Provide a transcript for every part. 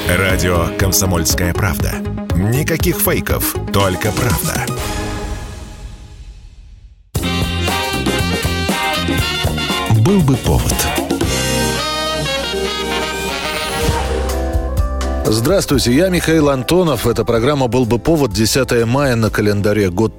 Радио «Комсомольская правда». Никаких фейков, только правда. Был бы повод. Здравствуйте, я Михаил Антонов. Эта программа «Был бы повод». 10 мая на календаре. Год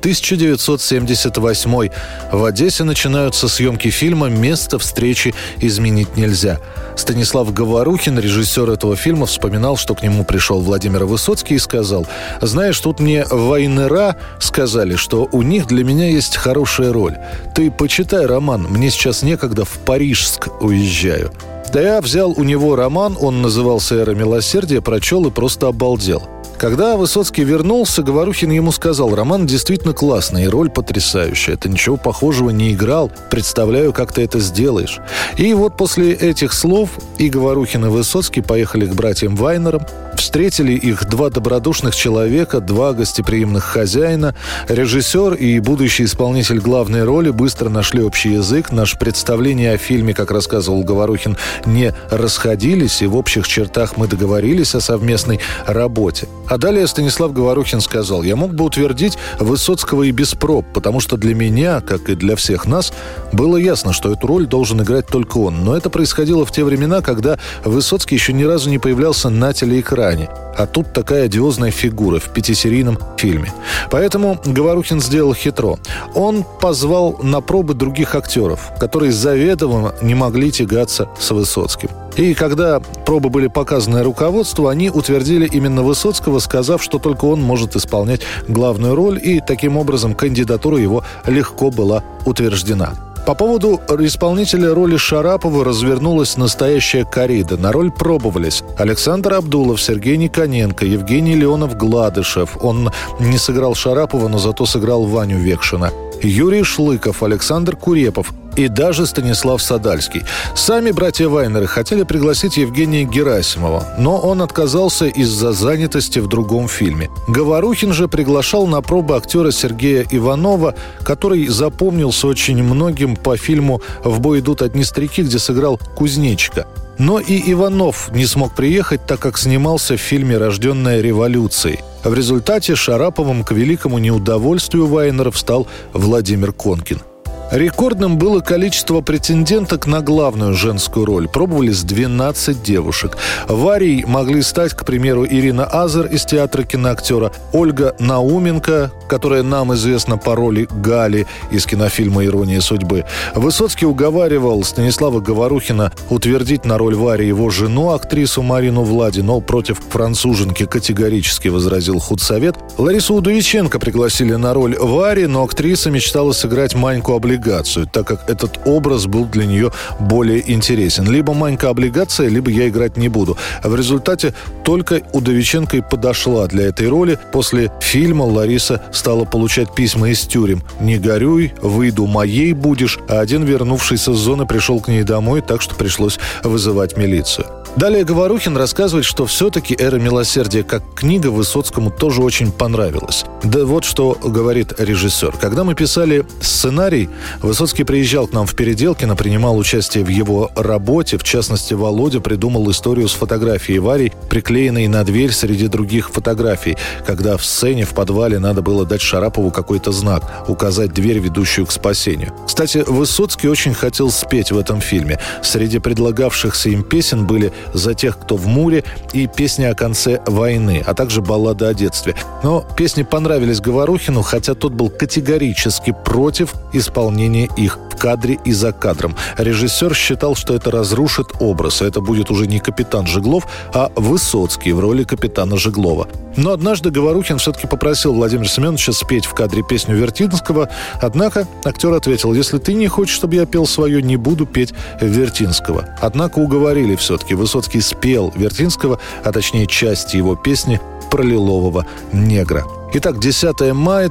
1978. В Одессе начинаются съемки фильма «Место встречи изменить нельзя». Станислав Говорухин, режиссер этого фильма, вспоминал, что к нему пришел Владимир Высоцкий и сказал: «Знаешь, тут мне вайнера сказали, что у них для меня есть хорошая роль. Ты почитай роман, мне сейчас некогда, в Парижск уезжаю». Да я взял у него роман, он назывался «Эра милосердия», прочел и просто обалдел. Когда Высоцкий вернулся, Говорухин ему сказал: «Роман действительно классный, и роль потрясающая. Ты ничего похожего не играл. Представляю, как ты это сделаешь». И вот после этих слов и Говорухин, и Высоцкий поехали к братьям Вайнерам. Встретили их два добродушных человека, два гостеприимных хозяина. Режиссер и будущий исполнитель главной роли быстро нашли общий язык. Наши представления о фильме, как рассказывал Говорухин, не расходились, и в общих чертах мы договорились о совместной работе. А далее Станислав Говорухин сказал: «Я мог бы утвердить Высоцкого и без проб, потому что для меня, как и для всех нас, было ясно, что эту роль должен играть только он. Но это происходило в те времена, когда Высоцкий еще ни разу не появлялся на телеэкране. А тут такая одиозная фигура в 5-серийном фильме. Поэтому Говорухин сделал хитро. Он позвал на пробы других актеров, которые заведомо не могли тягаться с Высоцким. И когда пробы были показаны руководству, они утвердили именно Высоцкого, сказав, что только он может исполнять главную роль, и таким образом кандидатура его легко была утверждена. По поводу исполнителя роли Шарапова развернулась настоящая коррида. На роль пробовались Александр Абдулов, Сергей Никоненко, Евгений Леонов-Гладышев. Он не сыграл Шарапова, но зато сыграл Ваню Векшина. Юрий Шлыков, Александр Курепов и даже Станислав Садальский. Сами братья Вайнеры хотели пригласить Евгения Герасимова, но он отказался из-за занятости в другом фильме. Говорухин же приглашал на пробы актера Сергея Иванова, который запомнился очень многим по фильму «В бой идут одни старики», где сыграл кузнечика. Но и Иванов не смог приехать, так как снимался в фильме «Рожденная революцией». В результате Шараповым к великому неудовольствию Вайнеров стал Владимир Конкин. Рекордным было количество претенденток на главную женскую роль. Пробовались 12 девушек. Варей могли стать, к примеру, Ирина Азер из театра киноактера, Ольга Науменко, которая нам известна по роли Гали из кинофильма «Ирония судьбы». Высоцкий уговаривал Станислава Говорухина утвердить на роль Вари его жену, актрису Марину Влади, но против француженки категорически возразил худсовет. Ларису Удовиченко пригласили на роль Вари, но актриса мечтала сыграть Маньку-облигацию, так как этот образ был для нее более интересен. Либо Манька-облигация, либо я играть не буду. В результате только Удовиченко и подошла для этой роли. После фильма Лариса стала получать письма из тюрем: «Не горюй, выйду, моей будешь». А один, вернувшийся с зоны, пришел к ней домой, так что пришлось вызывать милицию. Далее Говорухин рассказывает, что все-таки «Эра милосердия» как книга Высоцкому тоже очень понравилась. Да вот что говорит режиссер. Когда мы писали сценарий, Высоцкий приезжал к нам в Переделкино, принимал участие в его работе. В частности, Володя придумал историю с фотографией Вари, приклеенной на дверь среди других фотографий, когда в сцене в подвале надо было дать Шарапову какой-то знак, указать дверь, ведущую к спасению. Кстати, Высоцкий очень хотел спеть в этом фильме. Среди предлагавшихся им песен были «За тех, кто в Муре» и песня о конце войны, а также баллада о детстве. Но песни понравились Говорухину, хотя тот был категорически против исполнения их в кадре и за кадром. Режиссер считал, что это разрушит образ, и это будет уже не капитан Жиглов, а Высоцкий в роли капитана Жиглова. Но однажды Говорухин все-таки попросил Владимира Семеновича спеть в кадре песню Вертинского, однако актер ответил: «Если ты не хочешь, чтобы я пел свое, не буду петь Вертинского». Однако уговорили все-таки. Высоцкий спел Вертинского, а точнее часть его песни про лилового негра. Итак, 10 мая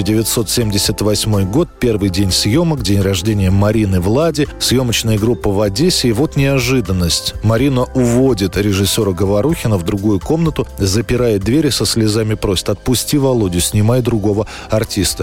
1978 год, первый день съемок, день рождения Марины Влади, съемочная группа в Одессе, и вот неожиданность. Марина уводит режиссера Говорухина в другую комнату, запирает двери, со слезами просит: «Отпусти Володю, снимай другого артиста».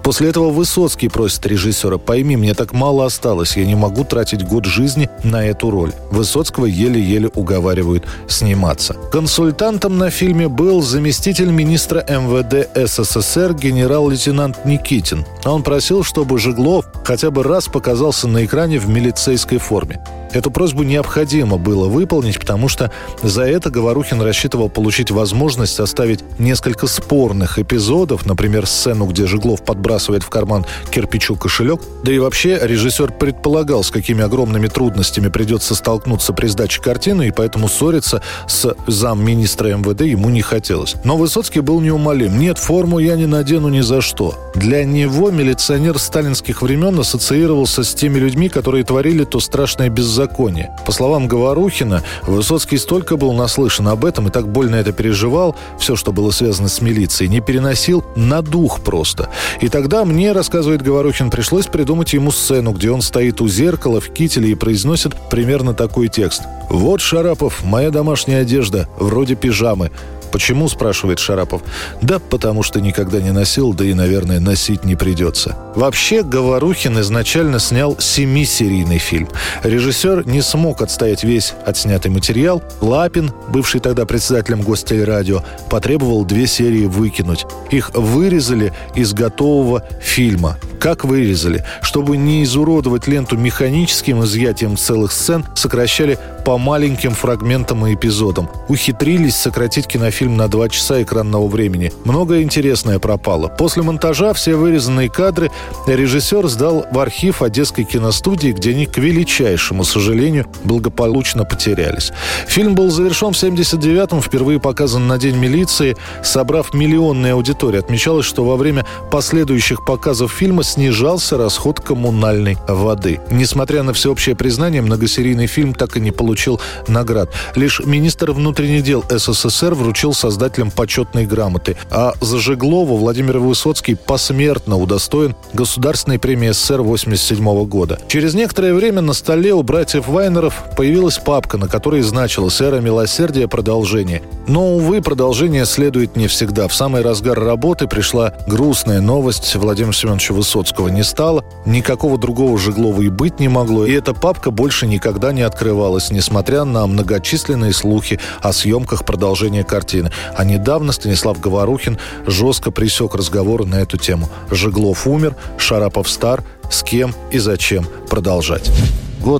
После этого Высоцкий просит режиссера: «Пойми, мне так мало осталось, я не могу тратить год жизни на эту роль». Высоцкого еле-еле уговаривают сниматься. Консультантом на фильме был заместитель министра МВД СССР генерал-лейтенант Никитин. Он просил, чтобы Жеглов хотя бы раз показался на экране в милицейской форме. Эту просьбу необходимо было выполнить, потому что за это Говорухин рассчитывал получить возможность оставить несколько спорных эпизодов, например, сцену, где Жеглов подбрасывает в карман кирпичу кошелек. Да и вообще режиссер предполагал, с какими огромными трудностями придется столкнуться при сдаче картины, и поэтому ссориться с замминистра МВД ему не хотелось. Но Высоцкий был неумолим. «Нет, форму я не надену ни за что». Для него милиционер сталинских времен ассоциировался с теми людьми, которые творили то страшное беззаконие. По словам Говорухина, Высоцкий столько был наслышан об этом и так больно это переживал, все, что было связано с милицией, не переносил на дух просто. И тогда мне, рассказывает Говорухин, пришлось придумать ему сцену, где он стоит у зеркала в кителе и произносит примерно такой текст: «Вот, Шарапов, моя домашняя одежда, вроде пижамы». «Почему?» – спрашивает Шарапов. «Да потому что никогда не носил, да и, наверное, носить не придется». Вообще, Говорухин изначально снял 7-серийный фильм. Режиссер не смог отстоять весь отснятый материал. Лапин, бывший тогда председателем Гостелерадио, потребовал 2 серии выкинуть. Их вырезали из готового фильма. Как вырезали? Чтобы не изуродовать ленту механическим изъятием целых сцен, сокращали по маленьким фрагментам и эпизодам. Ухитрились сократить кинофильм на 2 часа экранного времени. Многое интересное пропало. После монтажа все вырезанные кадры режиссер сдал в архив Одесской киностудии, где они, к величайшему сожалению, благополучно потерялись. Фильм был завершен в 1979-м, впервые показан на День милиции, собрав миллионную аудиторию. Отмечалось, что во время последующих показов фильма снижался расход коммунальной воды. Несмотря на всеобщее признание, многосерийный фильм так и не получил наград. Лишь министр внутренних дел СССР вручил создателям почетные грамоты. А за Жеглова Владимир Высоцкий посмертно удостоен Государственной премии СССР 1987 года. Через некоторое время на столе у братьев Вайнеров появилась папка, на которой значилось «Эра милосердия. Продолжение». Но, увы, продолжение следует не всегда. В самый разгар работы пришла грустная новость: Владимира Семеновича Высоцкого не стало, никакого другого Жеглова и быть не могло, и эта папка больше никогда не открывалась, несмотря на многочисленные слухи о съемках продолжения картины. А недавно Станислав Говорухин жестко пресек разговоры на эту тему. Жеглов умер, Шарапов стар, с кем и зачем продолжать? Год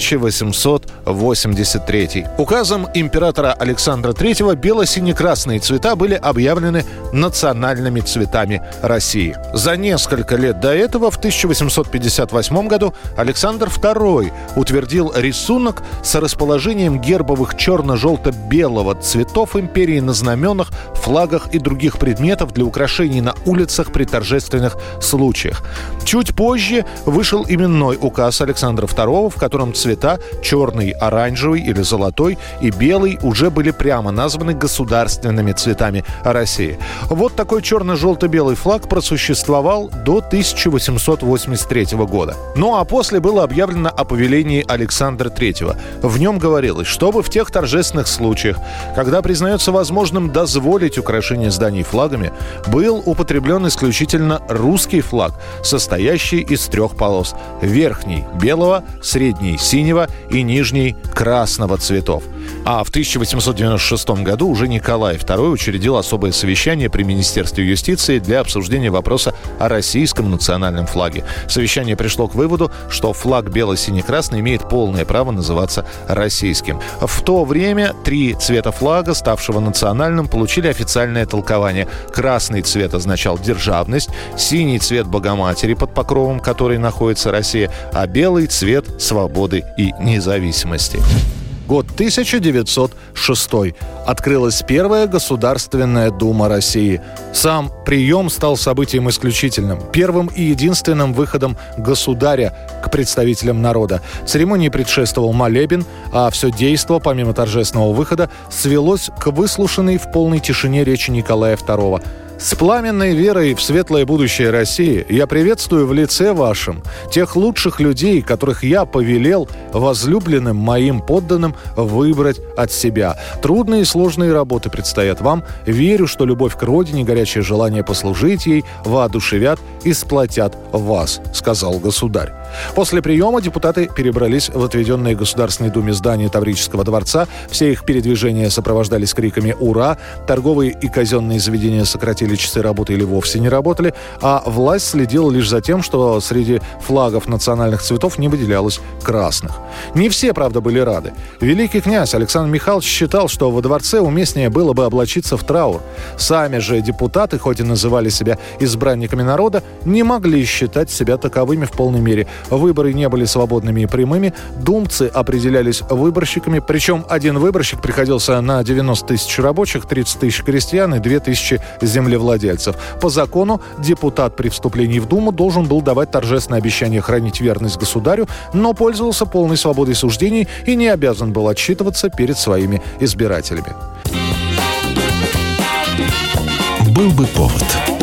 1883. Указом императора Александра III бело-сине-красные цвета были объявлены национальными цветами России. За несколько лет до этого, в 1858 году, Александр II утвердил рисунок с расположением гербовых черно-желто-белого цветов империи на знаменах, флагах и других предметов для украшений на улицах при торжественных случаях. Чуть позже вышел именной указ Александра II, в котором цвета черный, оранжевый или золотой и белый уже были прямо названы государственными цветами России. Вот такой черно-желто-белый флаг просуществовал до 1883 года. Ну а после было объявлено о повелении Александра III. В нем говорилось, чтобы в тех торжественных случаях, когда признается возможным дозволить украшение зданий флагами, был употреблен исключительно русский флаг, состоящий из 3 полос: верхний – белого, средний – синего и нижний – красного цветов. А в 1896 году уже Николай II учредил особое совещание при Министерстве юстиции для обсуждения вопроса о российском национальном флаге. Совещание пришло к выводу, что флаг бело-сине-красный имеет полное право называться российским. В то время 3 цвета флага, ставшего национальным, получили официальное толкование. Красный цвет означал державность, синий цвет Богоматери, под покровом которой находится Россия, а белый цвет свободы и независимости. Год 1906. Открылась первая Государственная Дума России. Сам прием стал событием исключительным. Первым и единственным выходом государя к представителям народа. Церемонии предшествовал молебен, а все действо, помимо торжественного выхода, свелось к выслушанной в полной тишине речи Николая II. С пламенной верой в светлое будущее России я приветствую в лице вашем тех лучших людей, которых я повелел возлюбленным моим подданным выбрать от себя. Трудные и сложные работы предстоят вам. Верю, что любовь к родине, горячее желание послужить ей воодушевят и сплотят вас, сказал государь. После приема депутаты перебрались в отведенное Государственной Думе здание Таврического дворца. Все их передвижения сопровождались криками «Ура!». Торговые и казенные заведения сократили часы работы или вовсе не работали, а власть следила лишь за тем, что среди флагов национальных цветов не выделялось красных. Не все, правда, были рады. Великий князь Александр Михайлович считал, что во дворце уместнее было бы облачиться в траур. Сами же депутаты, хоть и называли себя избранниками народа, не могли считать себя таковыми в полной мере. Выборы не были свободными и прямыми, думцы определялись выборщиками, причем один выборщик приходился на 90 тысяч рабочих, 30 тысяч крестьян и 2 тысячи землевладельцев. По закону депутат при вступлении в Думу должен был давать торжественное обещание хранить верность государю, но пользовался полной свободой суждений и не обязан был отчитываться перед своими избирателями. Был бы повод.